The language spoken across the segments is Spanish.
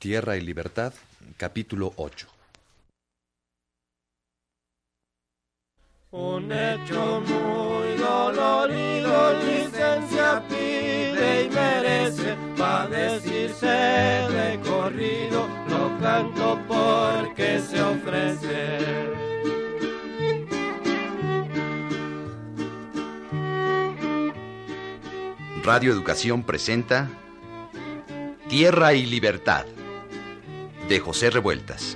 Tierra y Libertad, capítulo 8. Un hecho muy dolorido, licencia pide y merece, pa' decirse de corrido, lo canto porque se ofrece. Radio Educación presenta Tierra y Libertad, de José Revueltas.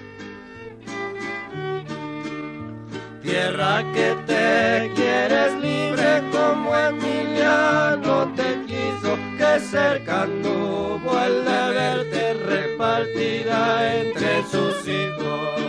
Tierra que te quieres libre como Emiliano te quiso, que cerca anduvo el de verte repartida entre sus hijos.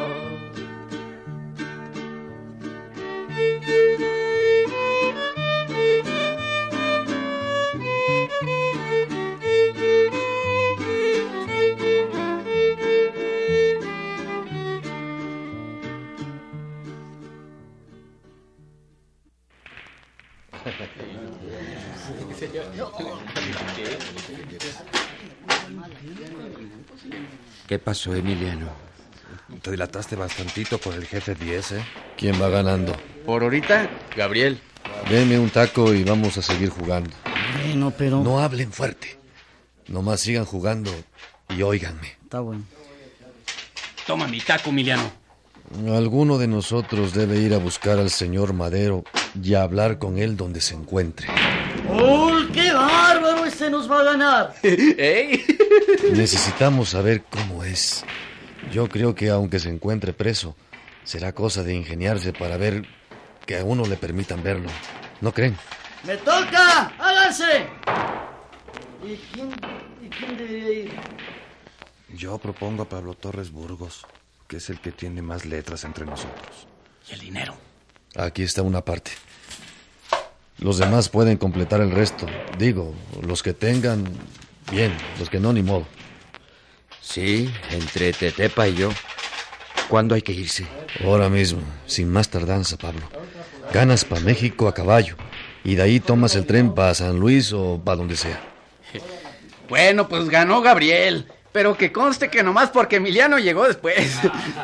¿Qué pasó, Emiliano? Te dilataste bastantito con el jefe 10, ¿eh? ¿Quién va ganando? Por ahorita, Gabriel. Deme un taco y vamos a seguir jugando. Bueno, pero... No hablen fuerte. Nomás sigan jugando y óiganme. Está bueno. Toma mi taco, Emiliano. Alguno de nosotros debe ir a buscar al señor Madero y a hablar con él donde se encuentre. ¡Uy, qué bárbaro! ¡Este nos va a ganar! ¡Ey! Necesitamos saber cómo es. Yo creo que aunque se encuentre preso, será cosa de ingeniarse para ver que a uno le permitan verlo. ¿No creen? ¡Me toca! ¡Háganse! ¿Y quién debería ir? Yo propongo a Pablo Torres Burgos, que es el que tiene más letras entre nosotros. ¿Y el dinero? Aquí está una parte. Los demás pueden completar el resto. Digo, los que tengan, bien, los que no, ni modo. Sí, entre Tetepa y yo. ¿Cuándo hay que irse? Ahora mismo, sin más tardanza, Pablo. Ganas para México a caballo. Y de ahí tomas el tren para San Luis o para donde sea. Bueno, pues ganó Gabriel. Pero que conste que nomás porque Emiliano llegó después.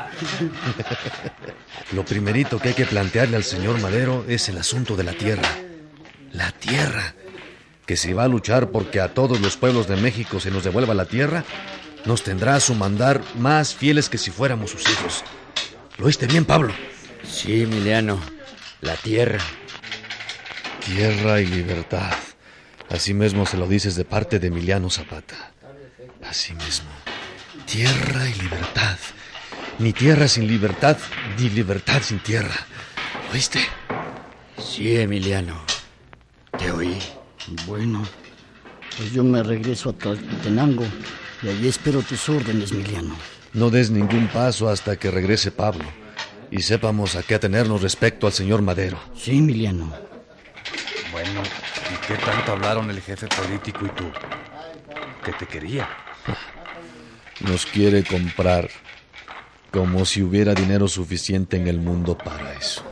Lo primerito que hay que plantearle al señor Madero es el asunto de la tierra. La tierra. Que si va a luchar porque a todos los pueblos de México se nos devuelva la tierra, nos tendrá a su mandar más fieles que si fuéramos sus hijos. ¿Lo oíste bien, Pablo? Sí, Emiliano. La tierra. Tierra y libertad. Así mismo se lo dices de parte de Emiliano Zapata. Así mismo. Tierra y libertad. Ni tierra sin libertad, ni libertad sin tierra. ¿Oíste? Sí, Emiliano. Te oí. Bueno, pues yo me regreso a Tlaltenango y allí espero tus órdenes, Emiliano. No des ningún paso hasta que regrese Pablo y sepamos a qué atenernos respecto al señor Madero. Sí, Emiliano. Bueno, ¿y qué tanto hablaron el jefe político y tú? ¿Qué te quería? Nos quiere comprar, como si hubiera dinero suficiente en el mundo para eso.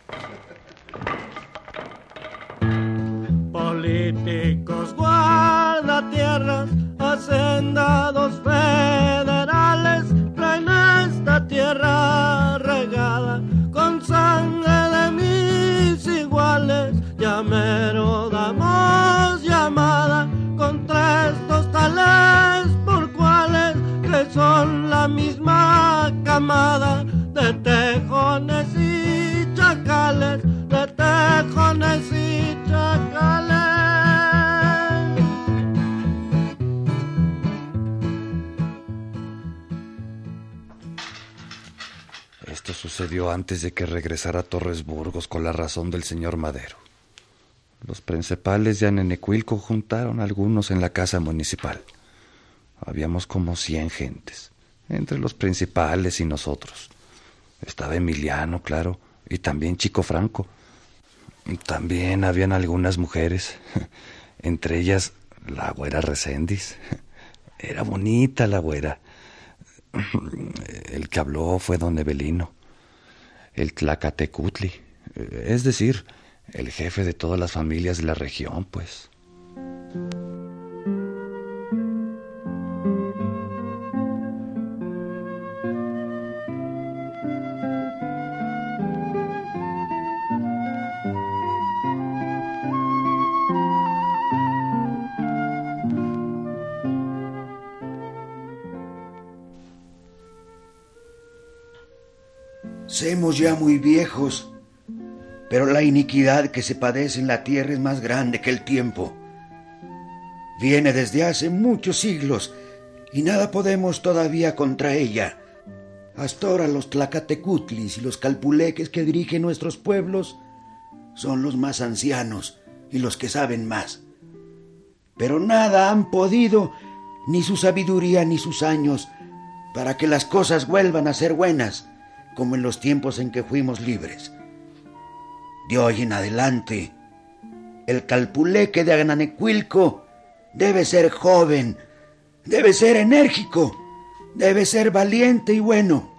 Políticos, guardatierras, hacendados federales, traen esta tierra regada con sangre de mis iguales. Ya mero damos llamada contra estos tales por cuales, que son la misma camada de tejones y chacales, de tejones y chacales. Esto sucedió antes de que regresara Torres Burgos con la razón del señor Madero. Los principales de Anenecuilco juntaron a algunos en la casa municipal. Habíamos como 100 gentes, entre los principales y nosotros. Estaba Emiliano, claro, y también Chico Franco. También habían algunas mujeres, entre ellas la güera Reséndiz. Era bonita la güera. El que habló fue don Evelino, el Tlacatecutli, es decir, el jefe de todas las familias de la región, pues. Nacemos ya muy viejos, pero la iniquidad que se padece en la tierra es más grande que el tiempo. Viene desde hace muchos siglos y nada podemos todavía contra ella. Hasta ahora los tlacatecutlis y los calpuleques que dirigen nuestros pueblos son los más ancianos y los que saben más. Pero nada han podido, ni su sabiduría ni sus años, para que las cosas vuelvan a ser buenas, como en los tiempos en que fuimos libres. De hoy en adelante, el calpuleque de Agnanecuilco debe ser joven, debe ser enérgico, debe ser valiente y bueno.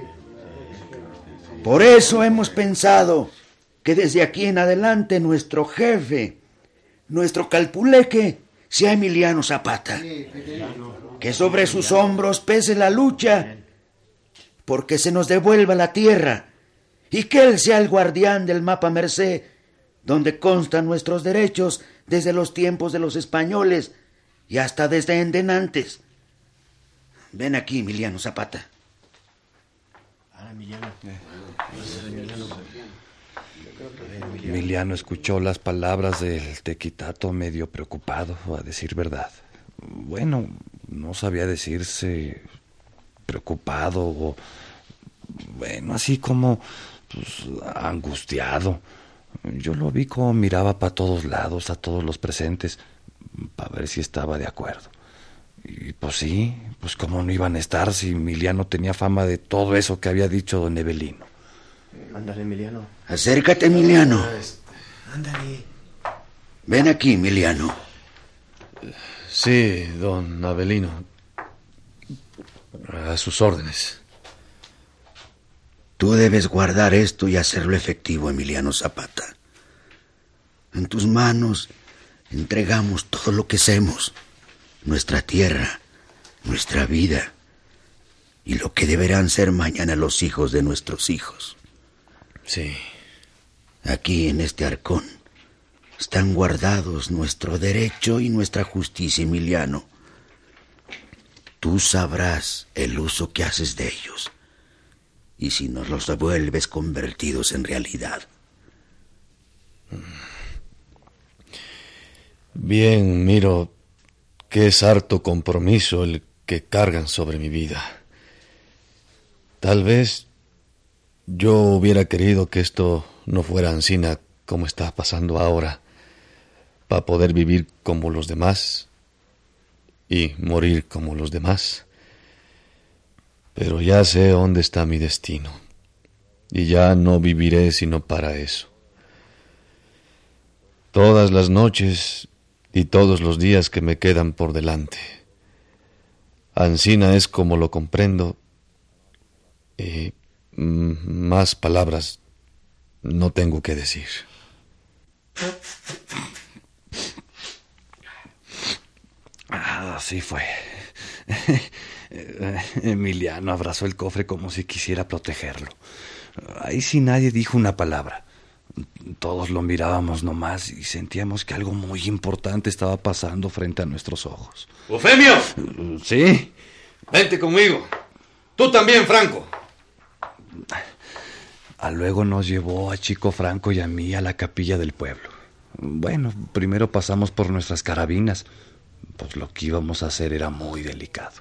Por eso hemos pensado que desde aquí en adelante nuestro jefe, nuestro calpuleque, sea Emiliano Zapata. Que sobre sus hombros pese la lucha porque se nos devuelva la tierra y que él sea el guardián del mapa Merced, donde constan nuestros derechos desde los tiempos de los españoles y hasta desde endenantes. Ven aquí, Emiliano Zapata. Emiliano escuchó las palabras del tequitato medio preocupado, a decir verdad. Bueno, no sabía decirse preocupado o, bueno, así como pues, angustiado. Yo lo vi como miraba para todos lados, a todos los presentes, para ver si estaba de acuerdo. Y pues sí, pues cómo no iban a estar si Emiliano tenía fama de todo eso que había dicho don Evelino. Ándale, Emiliano. Acércate, Emiliano. Ándale. Ven aquí, Emiliano. Sí, don Avelino. A sus órdenes. Tú debes guardar esto y hacerlo efectivo, Emiliano Zapata. En tus manos entregamos todo lo que hacemos, nuestra tierra, nuestra vida y lo que deberán ser mañana los hijos de nuestros hijos. Sí. Aquí en este arcón están guardados nuestro derecho y nuestra justicia, Emiliano. Tú sabrás el uso que haces de ellos y si nos los devuelves convertidos en realidad. Bien, miro que es harto compromiso el que cargan sobre mi vida. Tal vez yo hubiera querido que esto no fuera ansina como está pasando ahora, para poder vivir como los demás y morir como los demás. Pero ya sé dónde está mi destino y ya no viviré sino para eso. Todas las noches y todos los días que me quedan por delante. Ansina es como lo comprendo y más palabras no tengo que decir. Así fue. Emiliano abrazó el cofre como si quisiera protegerlo. Ahí sí nadie dijo una palabra. Todos lo mirábamos nomás y sentíamos que algo muy importante estaba pasando frente a nuestros ojos. ¡Eufemio! ¿Sí? Vente conmigo. Tú también, Franco. Luego nos llevó a Chico Franco y a mí a la capilla del pueblo. Bueno, primero pasamos por nuestras carabinas, pues lo que íbamos a hacer era muy delicado.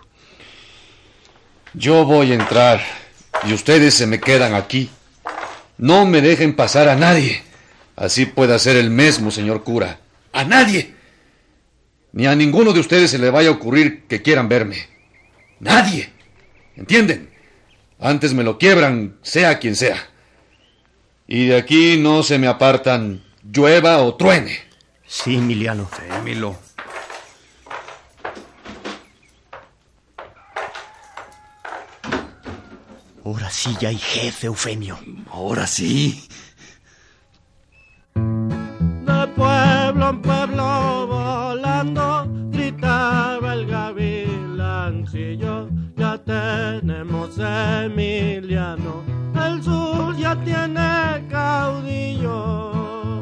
Yo voy a entrar y ustedes se me quedan aquí. No me dejen pasar a nadie. Así puede hacer el mismo, señor cura. ¡A nadie! Ni a ninguno de ustedes se le vaya a ocurrir que quieran verme. ¡Nadie! ¿Entienden? Antes me lo quiebran, sea quien sea. Y de aquí no se me apartan, llueva o truene. Sí, Emiliano. Sí, Emilio. Ahora sí ya hay jefe, Eufemio. Ahora sí. De pueblo en pueblo volando, gritaba el gavilancillo. Ya tenemos Emiliano, el sur ya tiene caudillo.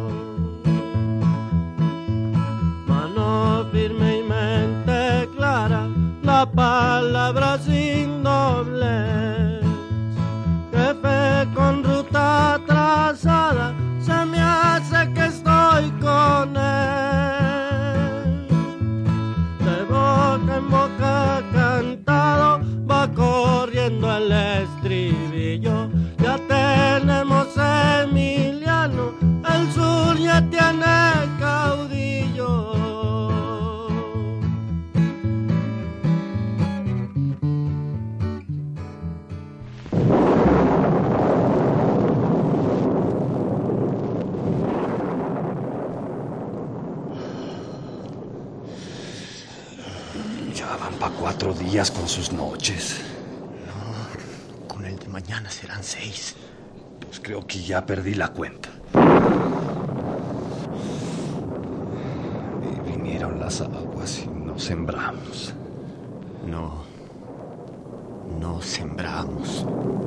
Mano firme y mente clara, la palabra sin doblez. Jefe con Ya van pa' 4 días con sus noches. No, con el de mañana serán 6. Pues creo que ya perdí la cuenta. Y vinieron las aguas y nos sembramos. No sembramos.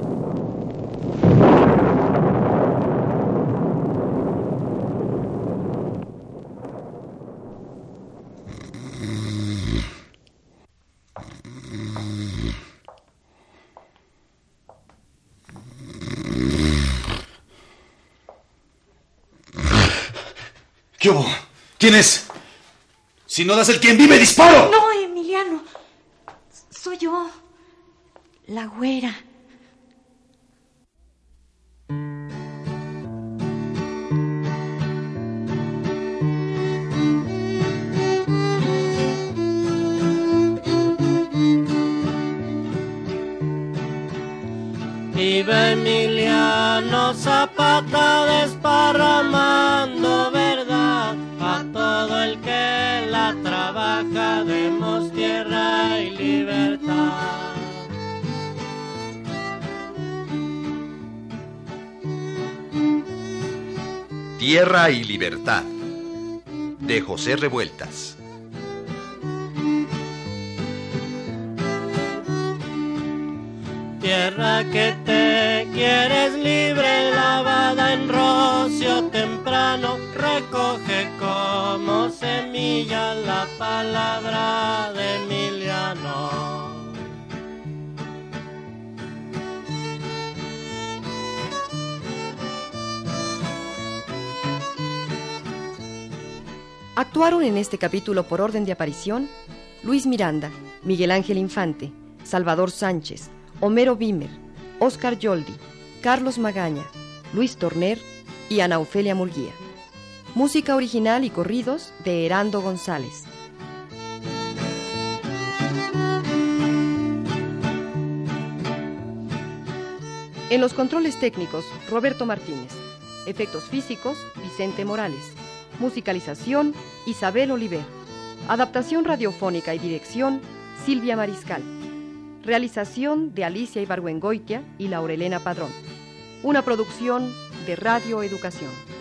¿Qué hubo? ¿Quién es? Si no das el quien vive, disparo. No, Emiliano. Soy yo, la güera. Iba Emiliano Zapata desparramando verdad a todo el que la trabaja, demos tierra y libertad. Tierra y libertad, de José Revueltas. Tierra que te quieres libre, lavada en rocio temprano, recoge como semilla la palabra de Emiliano. Actuaron en este capítulo por orden de aparición Luis Miranda, Miguel Ángel Infante, Salvador Sánchez, Homero Bimer, Óscar Yoldi, Carlos Magaña, Luis Torner y Ana Ofelia Murguía. Música original y corridos de Herando González. En los controles técnicos, Roberto Martínez. Efectos físicos, Vicente Morales. Musicalización, Isabel Oliver. Adaptación radiofónica y dirección, Silvia Mariscal. Realización de Alicia Ibargüengoitia y Laurelena Padrón. Una producción de Radio Educación.